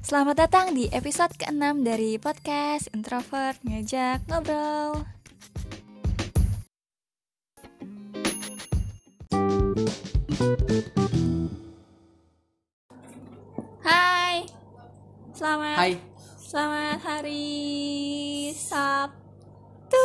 Selamat datang di episode ke-6 dari podcast Introvert Ngajak Ngobrol. Hai. Selamat hari Sabtu.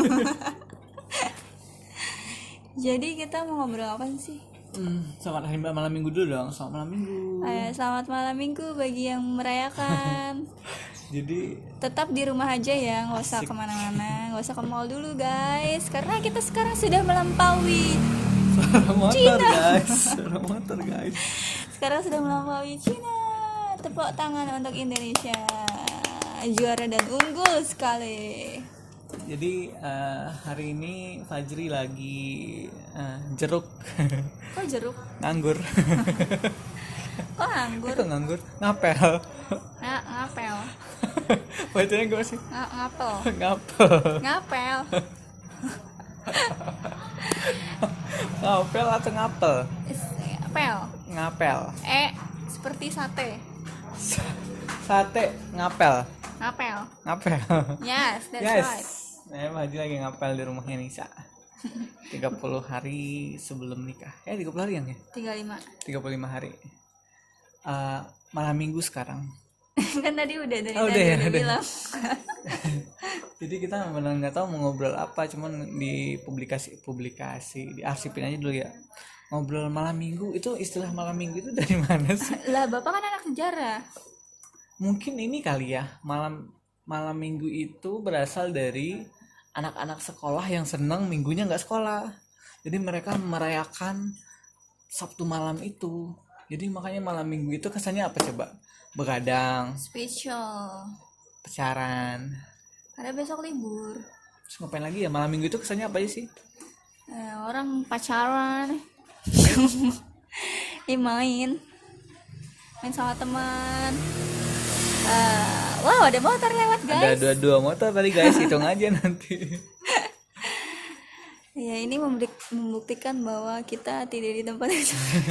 Jadi kita mau ngobrol apa sih? Selamat hari malam minggu dulu dong. Selamat malam minggu. Selamat malam minggu bagi yang merayakan. Jadi tetap di rumah aja ya, nggak usah kemana-mana, nggak usar ke mall dulu guys, karena kita sekarang sudah melampaui suara motor guys. Sekarang sudah melampaui Cina. Tepuk tangan untuk Indonesia, juara dan unggul sekali. Jadi hari ini Fajri lagi jeruk. Kok jeruk? Nganggur. Kok nganggur? Kok nganggur? Ngapel. Ngapel. Bacanya gimana sih? Ngapel. Ngapel atau ngapel? Ngapel. Seperti sate. Sate ngapel. Ngapel. Yes, that's right. Nah, Fajri lagi ngapel di rumahnya Nisa. 30 hari sebelum nikah. 30 hari yang ya? 35 hari. Malam minggu sekarang. Kan tadi udah bilang. Jadi kita benar nggak tahu mau ngobrol apa, cuman di publikasi diarsipin aja dulu ya. Ngobrol malam minggu itu, istilah malam minggu itu dari mana sih? Lah Bapak kan anak sejarah. Mungkin ini kali ya, malam minggu itu berasal dari anak-anak sekolah yang senang minggunya nggak sekolah. Jadi mereka merayakan Sabtu malam itu. Jadi makanya malam minggu itu kesannya apa coba? Begadang, spesial, pacaran. Karena besok libur. Terus ngapain lagi ya? Malam minggu itu kesannya apa aja sih? Orang pacaran. main sama teman. Wow, ada motor lewat guys. Ada dua motor tadi guys, hitung aja nanti. Ya, ini membuktikan bahwa kita tidak di tempat itu.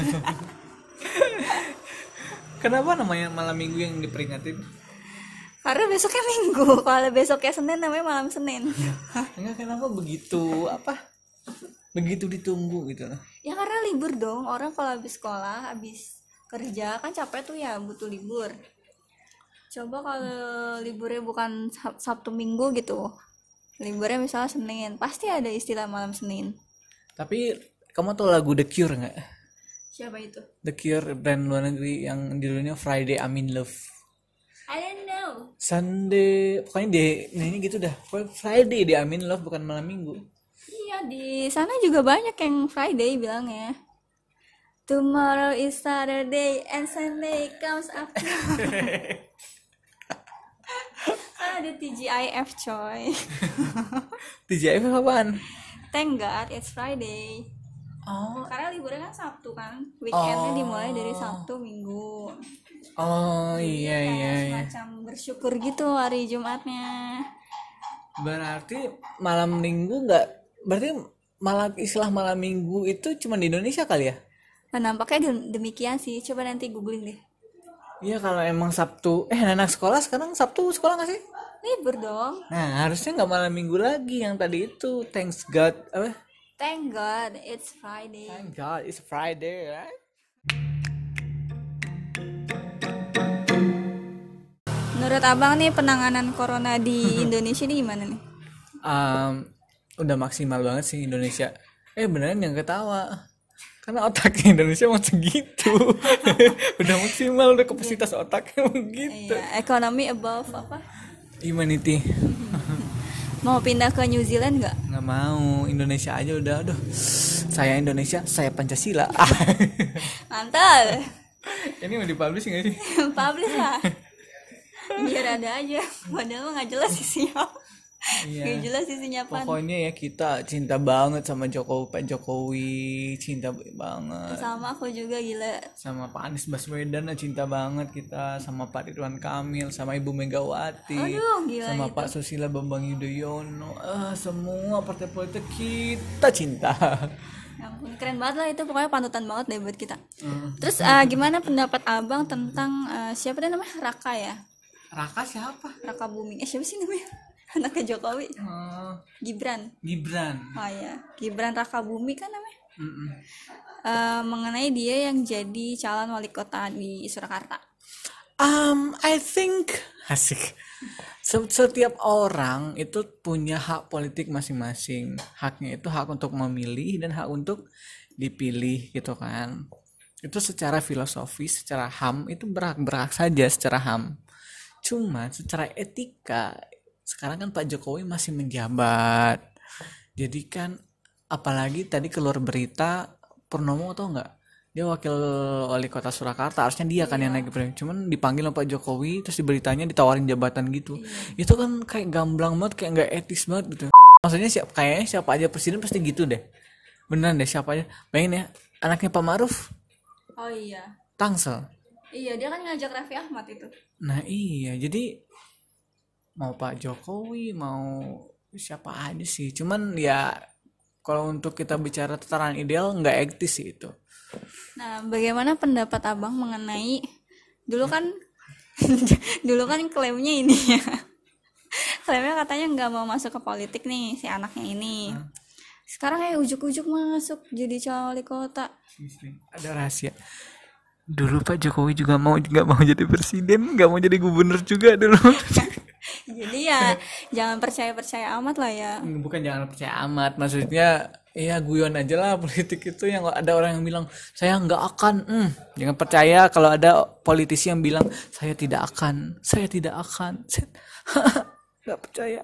Kenapa namanya malam minggu yang diperingatin? Karena besoknya minggu. Kalau besoknya Senin namanya malam Senin. Enggak, kenapa begitu begitu ditunggu gitu loh. Ya karena libur dong. Orang kalau habis sekolah, habis kerja kan capek tuh ya, butuh libur. Coba kalau liburnya bukan Sabtu Minggu gitu, liburnya misalnya Senin, pasti ada istilah malam Senin. Tapi kamu tahu lagu The Cure nggak? Siapa itu? The Cure, brand luar negeri yang judulnya Friday I'm in Love. I don't know. Sunday, pokoknya ini gitu dah. Friday dia I'm in Love, bukan malam minggu. Iya, di sana juga banyak yang Friday bilangnya. Tomorrow is Saturday and Sunday comes after. Ada TGIF coy. TGIF apaan? Thank God it's Friday. Oh, karena liburnya kan Sabtu kan, weekendnya dimulai dari Sabtu Minggu. Oh iya. Semacam bersyukur gitu hari Jumatnya. Berarti malam minggu istilah malam minggu itu cuma di Indonesia kali ya? Nah, nampaknya demikian sih. Coba nanti googling deh. Iya, kalau emang Sabtu anak sekolah sekarang Sabtu sekolah nggak sih? Libur dong. Nah, harusnya nggak malam minggu lagi yang tadi itu. Thank God it's Friday. Thank God it's Friday, right? Menurut abang nih penanganan corona di Indonesia ini gimana nih? Udah maksimal banget sih Indonesia. Beneran yang ketawa. Karena otaknya Indonesia mau segitu. Udah maksimal, udah kapasitas otaknya begitu. Iya, ekonomi above apa? Humanity. Mau pindah ke New Zealand nggak? Nggak mau, Indonesia aja udah. Aduh, saya Indonesia, saya Pancasila. Mantul. Ini mau dipublish nggak sih? Publish lah. Biar ada aja. Padahal nggak jelas isinya. Iya. Gak jelas isinya apa. Pokoknya ya kita cinta banget sama Pak Jokowi, cinta banget. Sama aku juga gila. Sama Pak Anies Baswedan cinta banget kita, sama Pak Ridwan Kamil, sama Ibu Megawati. Aduh, gila sama itu. Pak Susilo Bambang Yudhoyono. Semua partai politik kita cinta. Ampun, keren banget lah itu, pokoknya panutan banget deh buat kita. Terus gimana pendapat abang tentang siapa deh namanya, Raka ya, Raka siapa? Raka Buming, siapa sih namanya anaknya Jokowi, Gibran. Gibran. Oh ya, Gibran Raka Buming kan namanya. Mm-mm. Mengenai dia yang jadi calon wali kota di Surakarta. I think asik. Setiap orang itu punya hak politik masing-masing. Haknya itu hak untuk memilih dan hak untuk dipilih gitu kan. Itu secara filosofis, secara HAM itu berhak saja secara HAM. Cuma secara etika sekarang kan Pak Jokowi masih menjabat. Jadi kan apalagi tadi keluar berita Purnomo atau enggak? Dia wakil wali kota Surakarta, harusnya dia kan yang naik ke cuman dipanggil sama Pak Jokowi terus beritanya ditawarin jabatan gitu. Itu kan kayak gamblang banget, kayak nggak etis banget gitu. Maksudnya kayaknya siapa aja presiden pasti gitu deh. Beneran deh, siapa aja. Bayangin ya, anaknya Pak Ma'ruf Oh iya. Tangsel. Iya, dia kan ngajak Raffi Ahmad itu. Nah iya, jadi mau Pak Jokowi mau siapa aja sih. Cuman ya kalau untuk kita bicara tataran ideal nggak etis sih itu. Nah, bagaimana pendapat abang mengenai dulu kan dulu kan klaimnya ini ya, klaimnya katanya nggak mau masuk ke politik nih si anaknya ini. Sekarang kayak ujuk-ujuk masuk jadi calon wali kota. Ada rahasia. Dulu Pak Jokowi juga nggak mau jadi presiden, nggak mau jadi gubernur juga dulu. Jadi ya jangan percaya amat lah ya. Bukan jangan percaya amat, maksudnya ya guyon aja lah politik itu. Yang ada orang yang bilang saya nggak akan, jangan percaya kalau ada politisi yang bilang saya tidak akan, nggak percaya.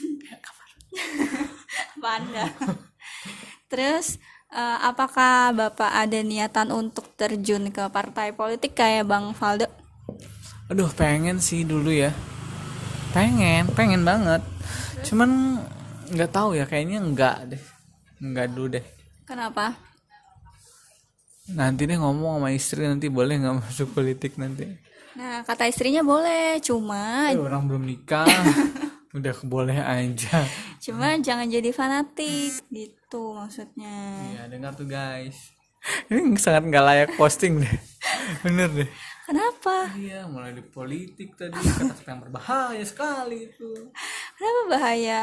Panda. Terus apakah Bapak ada niatan untuk terjun ke partai politik kayak Bang Faldo? Aduh, pengen sih dulu ya, pengen banget, cuman nggak tahu ya, kayaknya nggak dulu deh. Kenapa? Nanti deh ngomong sama istri, nanti boleh nggak masuk politik nanti. Nah, kata istrinya boleh, cuma Orang belum nikah udah boleh aja. jangan jadi fanatik gitu maksudnya. Iya, dengar tuh guys, ini sangat nggak layak posting deh. Bener deh. Kenapa? Iya, mulai di politik tadi, kata-kata yang berbahaya sekali itu. Kenapa bahaya?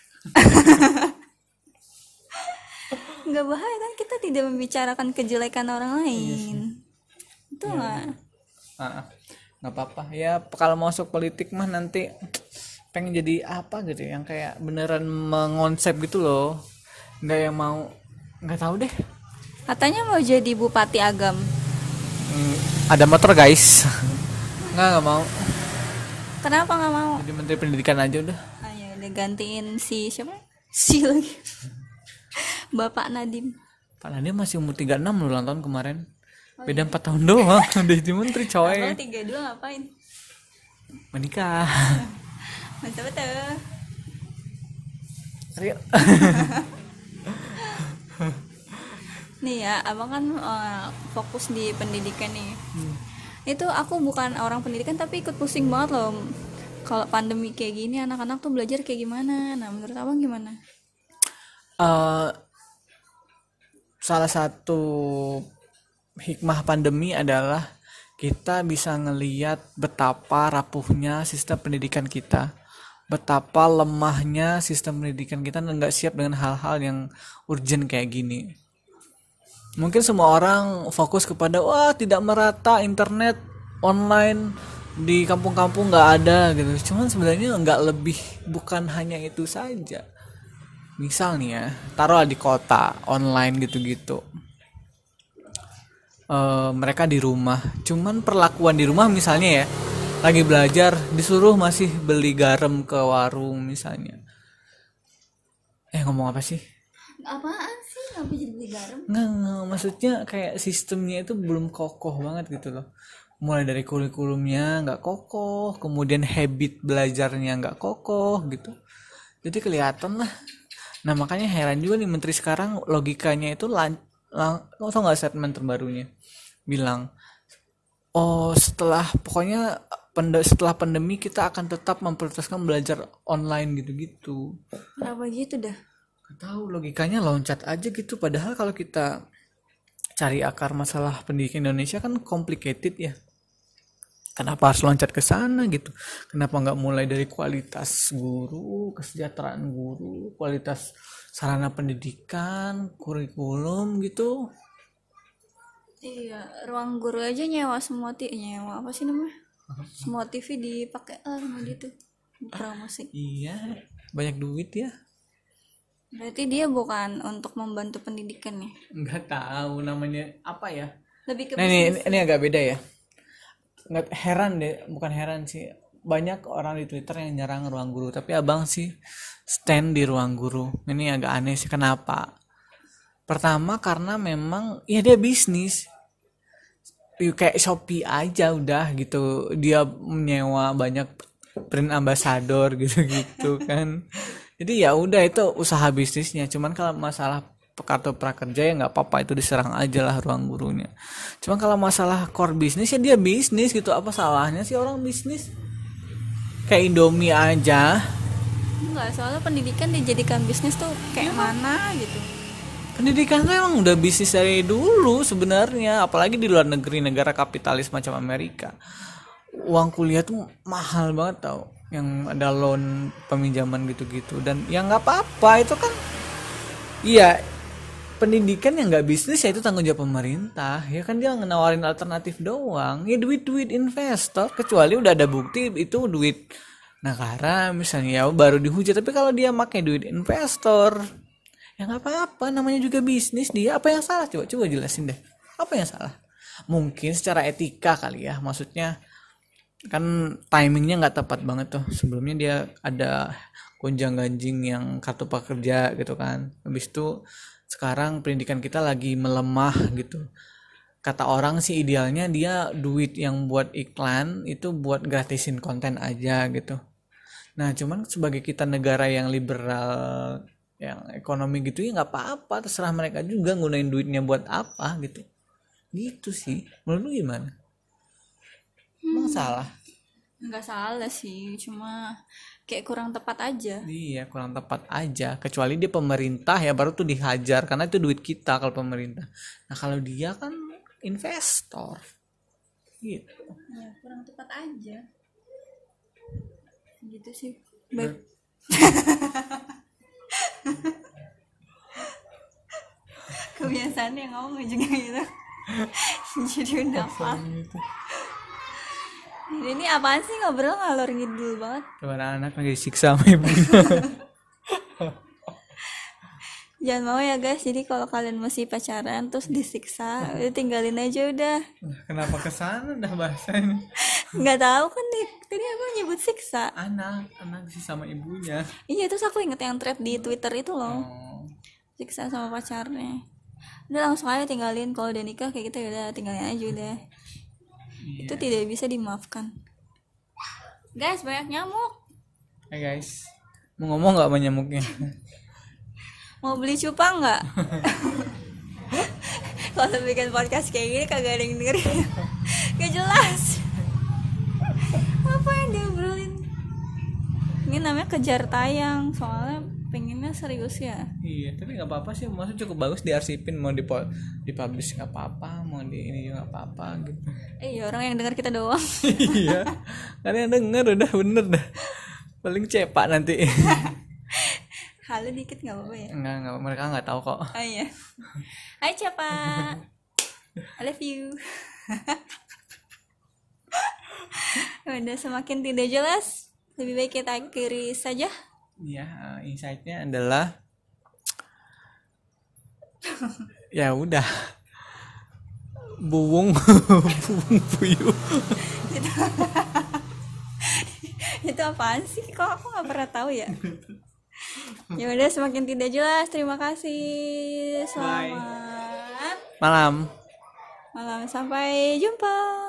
Nggak bahaya kan, kita tidak membicarakan kejelekan orang lain. Itu nggak? Nggak apa-apa ya, kalau mau masuk politik mah nanti pengen jadi apa gitu, yang kayak beneran mengonsep gitu loh, nggak yang mau, nggak tahu deh. Katanya mau jadi Bupati Agam. Ada motor guys. nggak mau. Kenapa nggak mau? Jadi menteri pendidikan aja udah. Ayo udah gantiin si siapa? Si lagi. Bapak Nadiem. Pak Nadia masih umur 36 loh, ulang tahun kemarin. Beda 4 tahun doang udah jadi menteri coy. Kalau 32 ngapain? Menikah. Mantap betul. Real. Nih ya, abang kan fokus di pendidikan nih. Itu aku bukan orang pendidikan tapi ikut pusing banget loh. Kalau pandemi kayak gini, anak-anak tuh belajar kayak gimana? Nah, menurut abang gimana? Salah satu hikmah pandemi adalah kita bisa ngeliat betapa rapuhnya sistem pendidikan kita, betapa lemahnya sistem pendidikan kita dan nggak siap dengan hal-hal yang urgent kayak gini. Mungkin semua orang fokus kepada wah tidak merata internet online di kampung-kampung nggak ada gitu. Cuman sebenarnya nggak lebih, bukan hanya itu saja. Misal nih ya, taruh di kota online gitu-gitu. Mereka di rumah, cuman perlakuan di rumah misalnya ya, lagi belajar disuruh masih beli garam ke warung misalnya. Ngomong apa sih? Apaan sih? Ngapa jadi beli garam? Nggak, maksudnya kayak sistemnya itu belum kokoh banget gitu loh. Mulai dari kurikulumnya nggak kokoh, kemudian habit belajarnya nggak kokoh gitu. Jadi kelihatan lah. Nah makanya heran juga nih menteri sekarang, logikanya itu tau nggak statement terbarunya bilang, setelah pandemi kita akan tetap memprioritaskan belajar online gitu-gitu. Kenapa gitu dah? Gak tahu, logikanya loncat aja gitu. Padahal kalau kita cari akar masalah pendidikan Indonesia kan complicated ya. Kenapa harus loncat ke sana gitu? Kenapa nggak mulai dari kualitas guru, kesejahteraan guru, kualitas sarana pendidikan, kurikulum gitu? Iya, ruang guru aja nyewa semua nyewa apa sih namanya? Semua TV dipakai lah sama dia tuh promosi. Iya, banyak duit ya. Berarti dia bukan untuk membantu pendidikan ya? Nggak tahu namanya apa ya. Lebih ke Nah bisnis. ini agak beda ya. Nggak heran deh, bukan heran sih. Banyak orang di Twitter yang nyerang ruang guru, tapi abang sih stand di ruang guru. Ini agak aneh sih, kenapa? Pertama karena memang ya dia bisnis. Kayak Shopee aja udah gitu, dia menyewa banyak brand ambassador gitu-gitu kan. Jadi ya udah itu usaha bisnisnya. Cuman kalau masalah kartu prakerja ya nggak apa-apa, itu diserang aja lah ruang gurunya. Cuman kalau masalah core bisnis ya dia bisnis gitu, apa salahnya sih orang bisnis? Kayak Indomie aja. Enggak, soalnya pendidikan dijadikan bisnis tuh kayak mana gitu. Pendidikan tuh emang udah bisnis dari dulu sebenarnya, apalagi di luar negeri, negara kapitalis macam Amerika. Uang kuliah tuh mahal banget tau, yang ada loan peminjaman gitu-gitu, dan ya nggak apa-apa itu kan. Iya, pendidikan yang nggak bisnis ya itu tanggung jawab pemerintah, ya kan dia ngenawarin alternatif doang. Ya duit-duit investor, kecuali udah ada bukti itu duit negara misalnya ya baru dihujat. Tapi kalau dia pakai duit investor ya nggak apa-apa, namanya juga bisnis dia. Apa yang salah, coba jelasin deh, apa yang salah? Mungkin secara etika kali ya, maksudnya kan timingnya nggak tepat banget tuh, sebelumnya dia ada gonjang ganjing yang kartu prakerja gitu kan, habis itu sekarang pendidikan kita lagi melemah gitu. Kata orang sih idealnya dia duit yang buat iklan itu buat gratisin konten aja gitu. Nah cuman sebagai kita negara yang liberal, yang ekonomi gitu ya nggak apa-apa, terserah mereka juga gunain duitnya buat apa gitu sih. Menurut lu gimana? Emang salah? Nggak salah sih, cuma kayak kurang tepat aja. Iya kurang tepat aja, kecuali dia pemerintah ya baru tuh dihajar karena itu duit kita kalau pemerintah. Nah kalau dia kan investor gitu. Ya, kurang tepat aja gitu sih. Kebiasaannya ngomong juga gitu. Jadi udah apa? Ini apaan sih, ngobrol ngalor ngidul banget. Kepada anak lagi disiksa sama ibunya. Jangan mau ya guys, jadi kalau kalian masih pacaran terus disiksa, udah tinggalin aja udah. Kenapa kesana dah bahasanya? Nggak tahu kan nih, tadi aku nyebut siksa. Anak sih sama ibunya. Iya, terus aku inget yang thread di Twitter itu loh, Oh, siksa sama pacarnya. Udah langsung aja tinggalin, kalau udah nikah kayak gitu ya udah tinggalin aja udah. iya. Itu tidak bisa dimaafkan. Guys, banyak nyamuk. Hai guys, mau ngomong nggak sama nyamuknya? Mau beli cupang nggak? Kalau bikin podcast kayak gini kagak ada yang dengerin. Gak jelas. Apa yang diobrolin? Ini namanya kejar tayang, soalnya pengennya serius ya. Iya, tapi nggak apa-apa sih, maksudnya cukup bagus diarsipin, mau dipublish nggak apa-apa, mau di ini juga nggak apa-apa gitu. Iya, orang yang dengar kita doang. Iya, karena yang denger udah bener dah, paling cepak nanti. Halo dikit nggak apa-apa ya? Enggak, mereka nggak tahu kok. Oh iya. Hai Capa, I love you. Udah semakin tidak jelas, lebih baik kita akhiri saja. Iya, insight-nya adalah ya udah, buung puyuh. Itu apaan sih? Kok aku nggak pernah tahu ya? Ya udah, semakin tidak jelas. Terima kasih. Selamat Malam. malam, sampai jumpa.